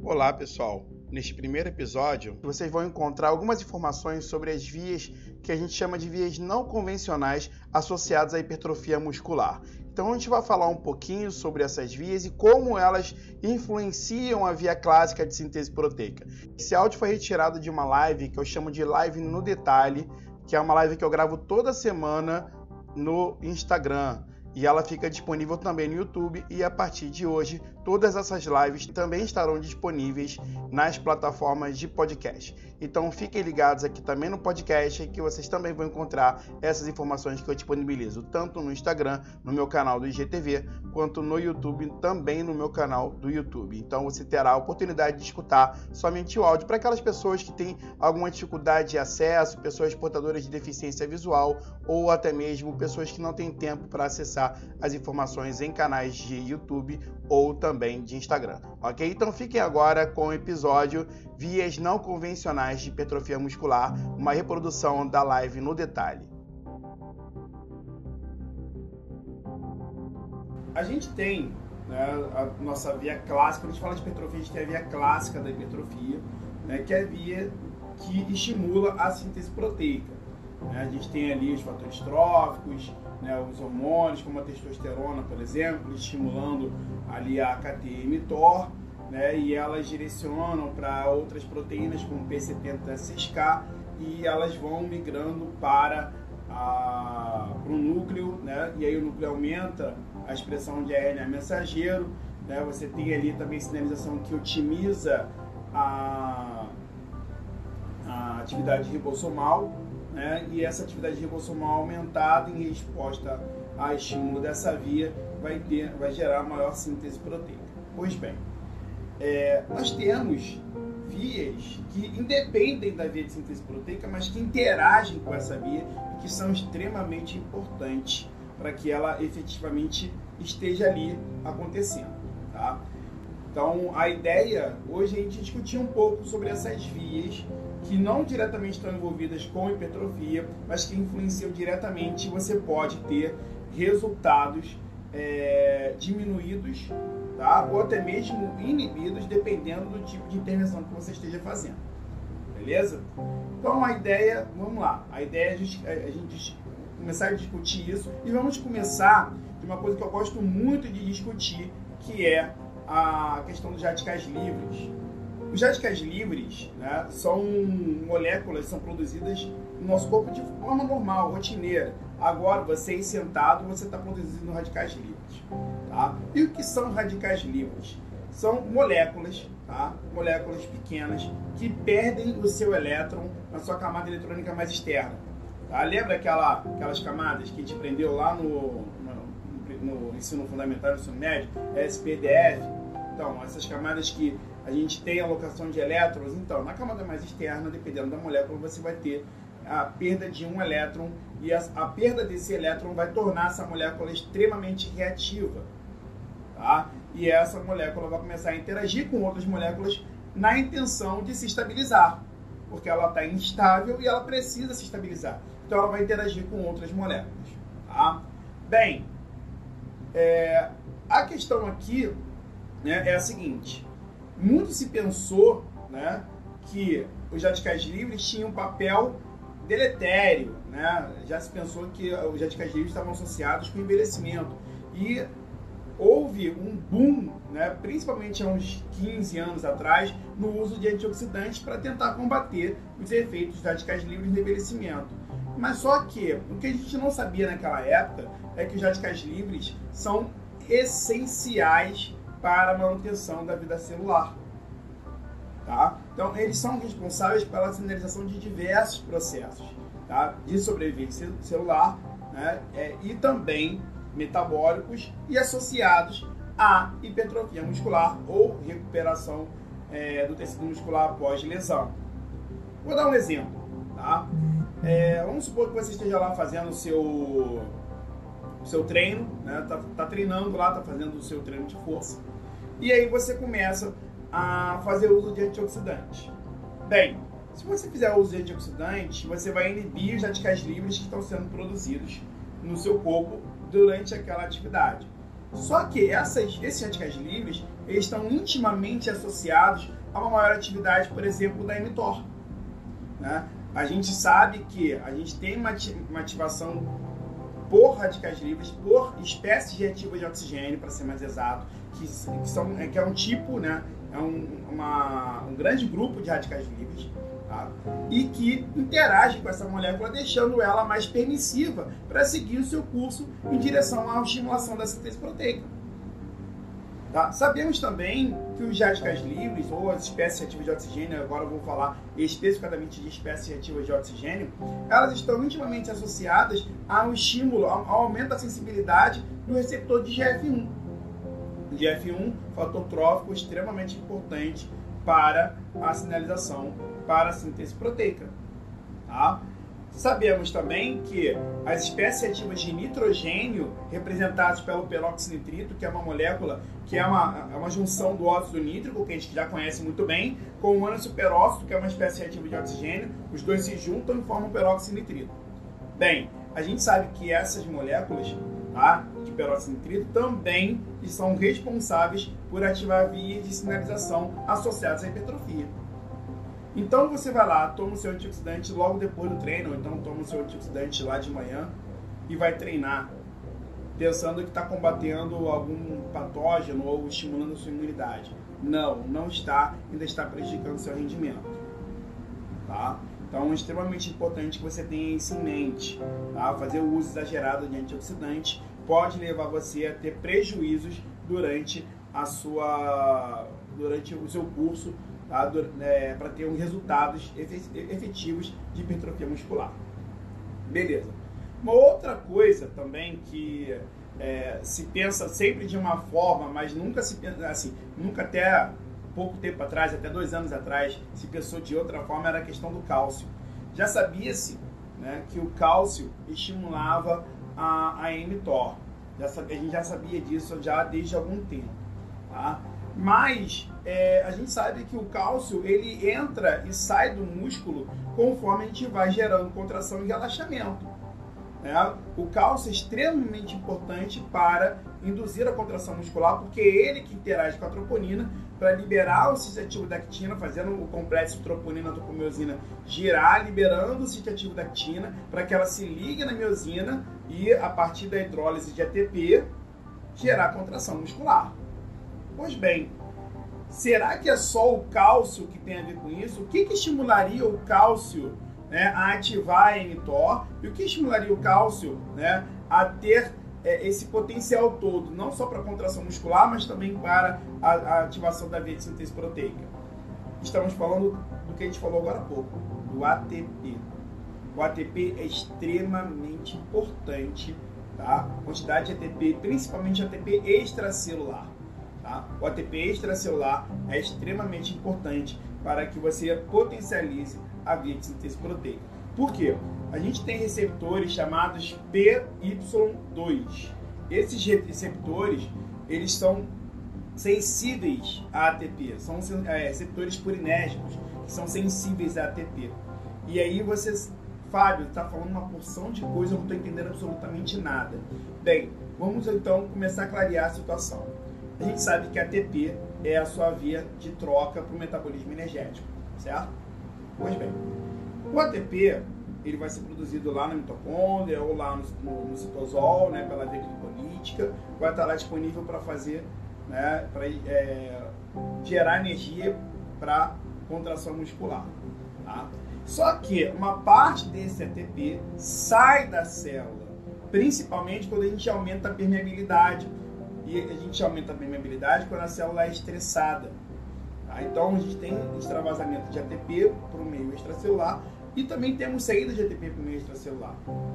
Olá pessoal, neste primeiro episódio vocês vão encontrar algumas informações sobre as vias que a gente chama de vias não convencionais associadas à hipertrofia muscular. Então a gente vai falar um pouquinho sobre essas vias e como elas influenciam a via clássica de síntese proteica. Esse áudio foi retirado de uma live que eu chamo de live no detalhe, que é uma live que eu gravo toda semana no Instagram. E ela fica disponível também no YouTube e a partir de hoje todas essas lives também estarão disponíveis nas plataformas de podcast. Então fiquem ligados aqui também no podcast que vocês também vão encontrar essas informações que eu disponibilizo tanto no Instagram, no meu canal do IGTV, quanto no YouTube, também no meu canal do YouTube. Então você terá a oportunidade de escutar somente o áudio para aquelas pessoas que têm alguma dificuldade de acesso, pessoas portadoras de deficiência visual ou até mesmo pessoas que não têm tempo para acessar as informações em canais de YouTube ou também de Instagram, ok? Então fiquem agora com o episódio Vias Não Convencionais de Hipertrofia Muscular, uma reprodução da live no detalhe. A gente tem, né, a nossa via clássica. Quando a gente fala de hipertrofia, a gente tem a via clássica da hipertrofia, né, que é a via que estimula a síntese proteica. A gente tem ali os fatores tróficos, né, os hormônios, como a testosterona, por exemplo, estimulando ali a KTM-TOR, né, e elas direcionam para outras proteínas como P70-6K e elas vão migrando para o núcleo, né, e aí o núcleo aumenta a expressão de RNA mensageiro, né, você tem ali também sinalização que otimiza a atividade ribossomal, né, e essa atividade ribossomal aumentada em resposta ao estímulo dessa via vai gerar maior síntese proteica. Pois bem, nós temos vias que independem da via de síntese proteica, mas que interagem com essa via e que são extremamente importantes para que ela efetivamente esteja ali acontecendo, tá? Então, a ideia hoje é a gente discutir um pouco sobre essas vias que não diretamente estão envolvidas com hipertrofia, mas que influenciam diretamente. Você pode ter resultados diminuídos, tá? Ou até mesmo inibidos, dependendo do tipo de intervenção que você esteja fazendo. Beleza? Então a ideia, vamos lá, a ideia é a gente começar a discutir isso e vamos começar de uma coisa que eu gosto muito de discutir, que é a questão dos radicais livres. Os radicais livres, né, são moléculas que são produzidas no nosso corpo de forma normal, rotineira. Agora, você aí sentado, você está produzindo radicais livres. Tá? E o que são radicais livres? São moléculas, tá? Moléculas pequenas que perdem o seu elétron na sua camada eletrônica mais externa. Tá? Lembra aquelas camadas que a gente aprendeu lá no ensino fundamental, no ensino médio, SPDF? Então, essas camadas que a gente tem alocação de elétrons, então, na camada mais externa, dependendo da molécula, você vai ter a perda de um elétron e a perda desse elétron vai tornar essa molécula extremamente reativa, tá? E essa molécula vai começar a interagir com outras moléculas na intenção de se estabilizar, porque ela está instável e ela precisa se estabilizar. Então, ela vai interagir com outras moléculas, tá? Bem, a questão aqui, né, é a seguinte: muito se pensou, né, que os radicais livres tinham um papel deletério, né? Já se pensou que os radicais livres estavam associados com o envelhecimento e houve um boom, né, principalmente há uns 15 anos atrás, no uso de antioxidantes para tentar combater os efeitos dos radicais livres no envelhecimento. Mas só que o que a gente não sabia naquela época é que os radicais livres são essenciais para a manutenção da vida celular. Tá? Então, eles são responsáveis pela sinalização de diversos processos, tá? De sobrevivência celular, né? E também metabólicos e associados à hipertrofia muscular ou recuperação do tecido muscular após lesão. Vou dar um exemplo. Tá? Vamos supor que você esteja lá fazendo o seu treino, né? Tá treinando lá, tá fazendo o seu treino de força. E aí você começa a fazer uso de antioxidantes. Bem, se você fizer uso de antioxidantes, você vai inibir os radicais livres que estão sendo produzidos no seu corpo durante aquela atividade. Só que esses radicais livres, eles estão intimamente associados a uma maior atividade, por exemplo, da mTOR. Né? A gente sabe que a gente tem uma ativação por radicais livres, por espécies reativas de oxigênio, para ser mais exato, que é um tipo, né? É um grande grupo de radicais livres, tá? E que interage com essa molécula, deixando ela mais permissiva para seguir o seu curso em direção à estimulação da síntese proteica. Tá? Sabemos também que os radicais livres, ou as espécies reativas de oxigênio, agora eu vou falar especificamente de espécies reativas de oxigênio, elas estão intimamente associadas ao estímulo, ao aumento da sensibilidade do receptor de GF1. O GF1, fator trófico extremamente importante para a sinalização, para a síntese proteica. Tá? Sabemos também que as espécies reativas de nitrogênio, representadas pelo peroxinitrito, que é uma molécula que é uma junção do óxido nítrico, que a gente já conhece muito bem, com o monossuperóxido, que é uma espécie reativa de oxigênio, os dois se juntam e formam peroxinitrito. Bem, a gente sabe que essas moléculas, tá, de peroxinitrito também são responsáveis por ativar vias de sinalização associadas à hipertrofia. Então você vai lá, toma o seu antioxidante logo depois do treino, ou então toma o seu antioxidante lá de manhã e vai treinar, pensando que está combatendo algum patógeno ou estimulando a sua imunidade. Não, não está, ainda está prejudicando o seu rendimento. Tá? Então é extremamente importante que você tenha isso em mente. Tá? Fazer o uso exagerado de antioxidante pode levar você a ter prejuízos durante o seu curso, tá? Para ter resultados efetivos de hipertrofia muscular. Beleza. Uma outra coisa também que se pensa sempre de uma forma, mas nunca se pensa assim, nunca até pouco tempo atrás, até 2 anos atrás, se pensou de outra forma, era a questão do cálcio. Já sabia-se, né, que o cálcio estimulava a mTOR. A gente já sabia disso já desde algum tempo. Tá? Mas a gente sabe que o cálcio ele entra e sai do músculo conforme a gente vai gerando contração e relaxamento. O cálcio é extremamente importante para induzir a contração muscular, porque é ele que interage com a troponina para liberar o citativo-dactina, fazendo o complexo troponina-tropomiosina girar, liberando o citativo-dactina para que ela se ligue na miosina e, a partir da hidrólise de ATP, gerar contração muscular. Pois bem, será que é só o cálcio que tem a ver com isso? O que estimularia o cálcio, né, a ativar a mTOR, e o que estimularia o cálcio, né, a ter esse potencial todo, não só para a contração muscular, mas também para a ativação da via de síntese proteica? Estamos falando do que a gente falou agora há pouco, do ATP. O ATP é extremamente importante, tá? A quantidade de ATP, principalmente ATP extracelular. Tá? O ATP extracelular é extremamente importante para que você potencialize a via de síntese proteica. Por quê? A gente tem receptores chamados PY2. Esses receptores, eles são sensíveis a ATP, são receptores purinérgicos, que são sensíveis a ATP. E aí você, Fábio, está falando uma porção de coisa, eu não estou entendendo absolutamente nada. Bem, vamos então começar a clarear a situação. A gente sabe que a ATP é a sua via de troca para o metabolismo energético, certo? Pois bem, o ATP ele vai ser produzido lá na mitocôndria ou lá no citosol, né, pela via glicolítica, vai estar lá disponível para fazer, né, para gerar energia para contração muscular. Tá? Só que uma parte desse ATP sai da célula, principalmente quando a gente aumenta a permeabilidade. E a gente aumenta a permeabilidade quando a célula é estressada. Tá? Então a gente tem extravasamento de ATP para o meio extracelular e também temos saída de ATP para o meio extracelular.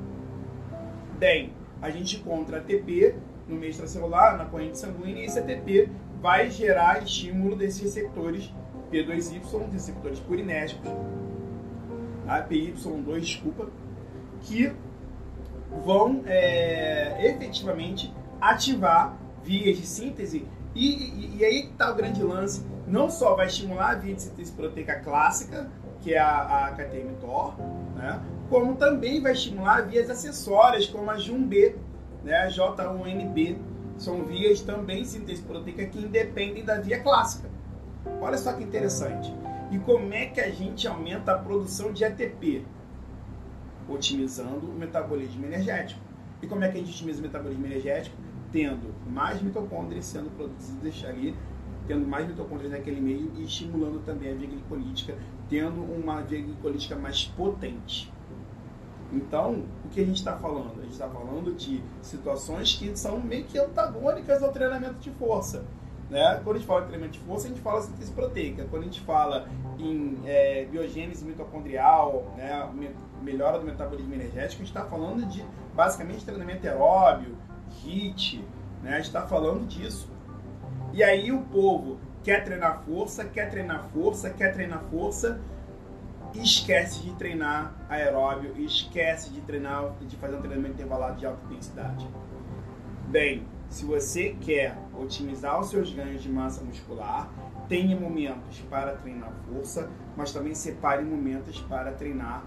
Bem, a gente encontra ATP no meio extracelular, na corrente sanguínea, e esse ATP vai gerar estímulo desses receptores P2Y, receptores purinérgicos, tá? PY2, desculpa, que vão efetivamente ativar vias de síntese, e aí que está o grande lance. Não só vai estimular a via de síntese proteica clássica, que é a KT-mTOR, né, como também vai estimular vias acessórias, como a JUNB, né, a J1NB. São vias também de síntese proteica que independem da via clássica. Olha só que interessante. E como é que a gente aumenta a produção de ATP? Otimizando o metabolismo energético. E como é que a gente otimiza o metabolismo energético? Tendo mais mitocôndrias sendo produzidas ali, tendo mais mitocôndrias naquele meio e estimulando também a via glicolítica, tendo uma via glicolítica mais potente. Então, o que a gente está falando? A gente está falando de situações que são meio que antagônicas ao treinamento de força. Né? Quando a gente fala de treinamento de força, a gente fala de síntese proteica. Quando a gente fala em biogênese mitocondrial, né, melhora do metabolismo energético, a gente está falando de, basicamente, treinamento aeróbio, HIIT, né? A gente está falando disso. E aí o povo quer treinar força, quer treinar força, quer treinar força, e esquece de treinar aeróbio, e esquece de treinar, de fazer um treinamento intervalado de alta intensidade. Bem, se você quer otimizar os seus ganhos de massa muscular, tenha momentos para treinar força, mas também separe momentos para treinar,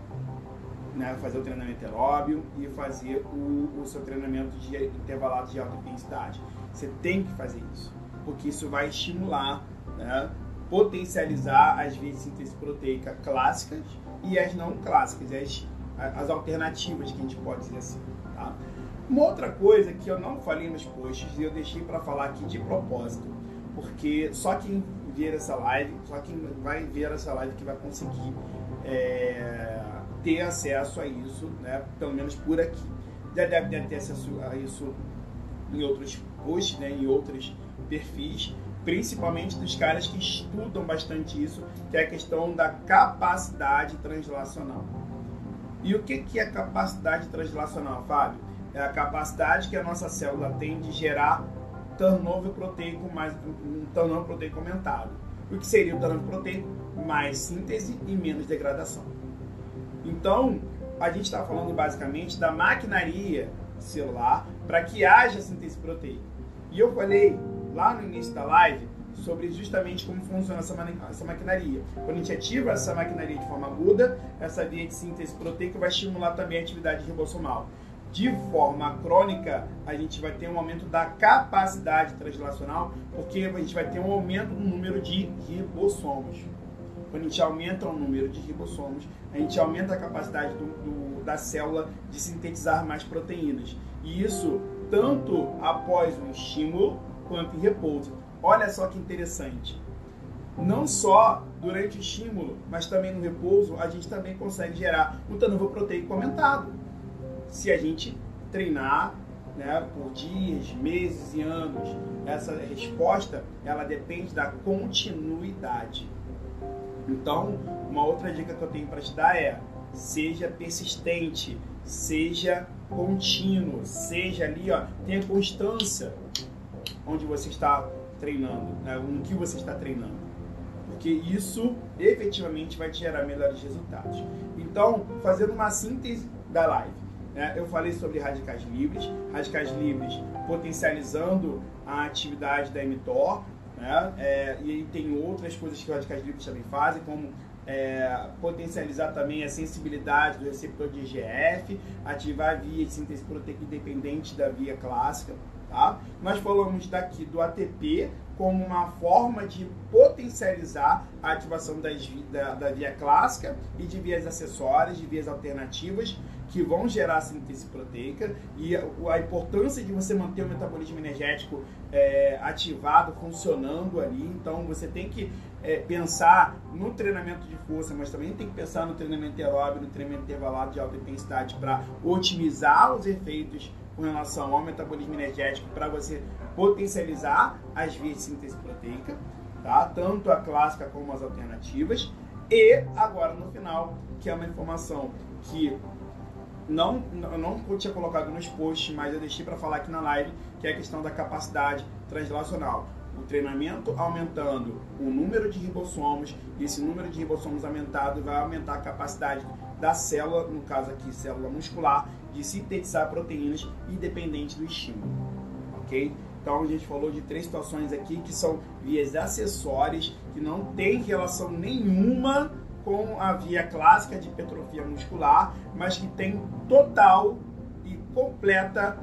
né, fazer o treinamento aeróbio e fazer o seu treinamento de intervalado de alta intensidade. Você tem que fazer isso, porque isso vai estimular, né, potencializar as vias de síntese proteica clássicas e as não clássicas, as alternativas que a gente pode dizer assim. Tá? Uma outra coisa que eu não falei nos posts e eu deixei para falar aqui de propósito, porque só quem ver essa live, só quem vai ver essa live que vai conseguir ter acesso a isso, né? Pelo menos por aqui. Já deve ter acesso a isso em outros posts, né? Em outros perfis, principalmente dos caras que estudam bastante isso, que é a questão da capacidade translacional. E o que é capacidade translacional, Fábio? É a capacidade que a nossa célula tem de gerar turnover proteico, mais um turnover proteico aumentado. O que seria o turnover proteico? Mais síntese e menos degradação. Então, a gente está falando basicamente da maquinaria celular para que haja síntese proteica. E eu falei lá no início da live sobre justamente como funciona essa maquinaria. Quando a gente ativa essa maquinaria de forma aguda, essa via de síntese proteica vai estimular também a atividade ribossomal. De forma crônica, a gente vai ter um aumento da capacidade translacional, porque a gente vai ter um aumento no número de ribossomos. Quando a gente aumenta o número de ribossomos, a gente aumenta a capacidade da célula de sintetizar mais proteínas. E isso tanto após o estímulo quanto em repouso. Olha só que interessante. Não só durante o estímulo, mas também no repouso, a gente também consegue gerar um turnover proteico aumentado. Se a gente treinar, né, por dias, meses e anos, essa resposta ela depende da continuidade. Então, uma outra dica que eu tenho para te dar é: seja persistente, seja contínuo, seja ali, ó, tenha constância onde você está treinando, né, no que você está treinando, porque isso efetivamente vai te gerar melhores resultados. Então, fazendo uma síntese da live, né, eu falei sobre radicais livres potencializando a atividade da mTOR, né, e aí tem outras coisas que os radicais livres também fazem, como potencializar também a sensibilidade do receptor de IGF, ativar a via de síntese proteica independente da via clássica. Tá? Nós falamos daqui do ATP como uma forma de potencializar a ativação da via clássica e de vias acessórias, de vias alternativas que vão gerar síntese proteica, e a importância de você manter o metabolismo energético ativado, funcionando ali. Então você tem que pensar no treinamento de força, mas também tem que pensar no treinamento aeróbio, no treinamento intervalado de alta intensidade para otimizar os efeitos com relação ao metabolismo energético, para você potencializar as vias de síntese proteica, tá? Tanto a clássica como as alternativas. E agora no final, que é uma informação que eu não tinha colocado nos posts, mas eu deixei para falar aqui na live, que é a questão da capacidade translacional. O treinamento aumentando o número de ribossomos, e esse número de ribossomos aumentado vai aumentar a capacidade da célula, no caso aqui célula muscular, de sintetizar proteínas independente do estímulo, ok? Então a gente falou de 3 situações aqui que são vias acessórias, que não tem relação nenhuma com a via clássica de hipertrofia muscular, mas que tem total e completa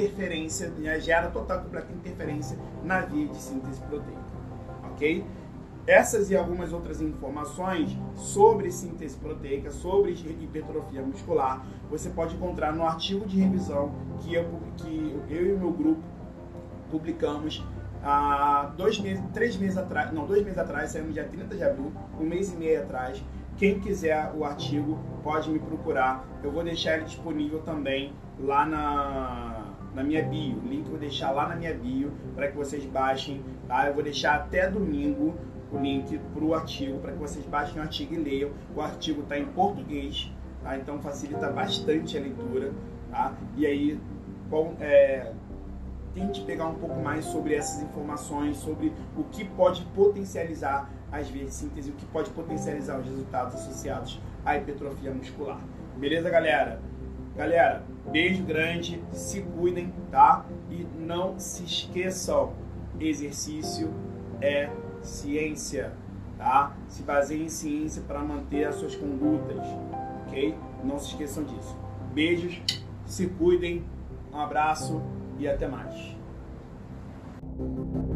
interferência, gera total e completa interferência na via de síntese proteica, ok? Essas e algumas outras informações sobre síntese proteica, sobre hipertrofia muscular, você pode encontrar no artigo de revisão que eu e o meu grupo publicamos há 2 meses atrás, saiu no dia 30 de abril, 1 mês e meio atrás. Quem quiser o artigo pode me procurar, eu vou deixar ele disponível também lá na minha bio, o link eu vou deixar lá na minha bio para que vocês baixem, tá? Eu vou deixar até domingo o link para o artigo, para que vocês baixem o artigo e leiam. O artigo está em português, tá? Então facilita bastante a leitura, tá? E aí, tente pegar um pouco mais sobre essas informações, sobre o que pode potencializar as vias de síntese, o que pode potencializar os resultados associados à hipertrofia muscular. Beleza, galera? Galera, beijo grande, se cuidem, tá? E não se esqueçam, exercício é ciência, tá? Se baseie em ciência para manter as suas condutas, ok? Não se esqueçam disso. Beijos, se cuidem, um abraço e até mais.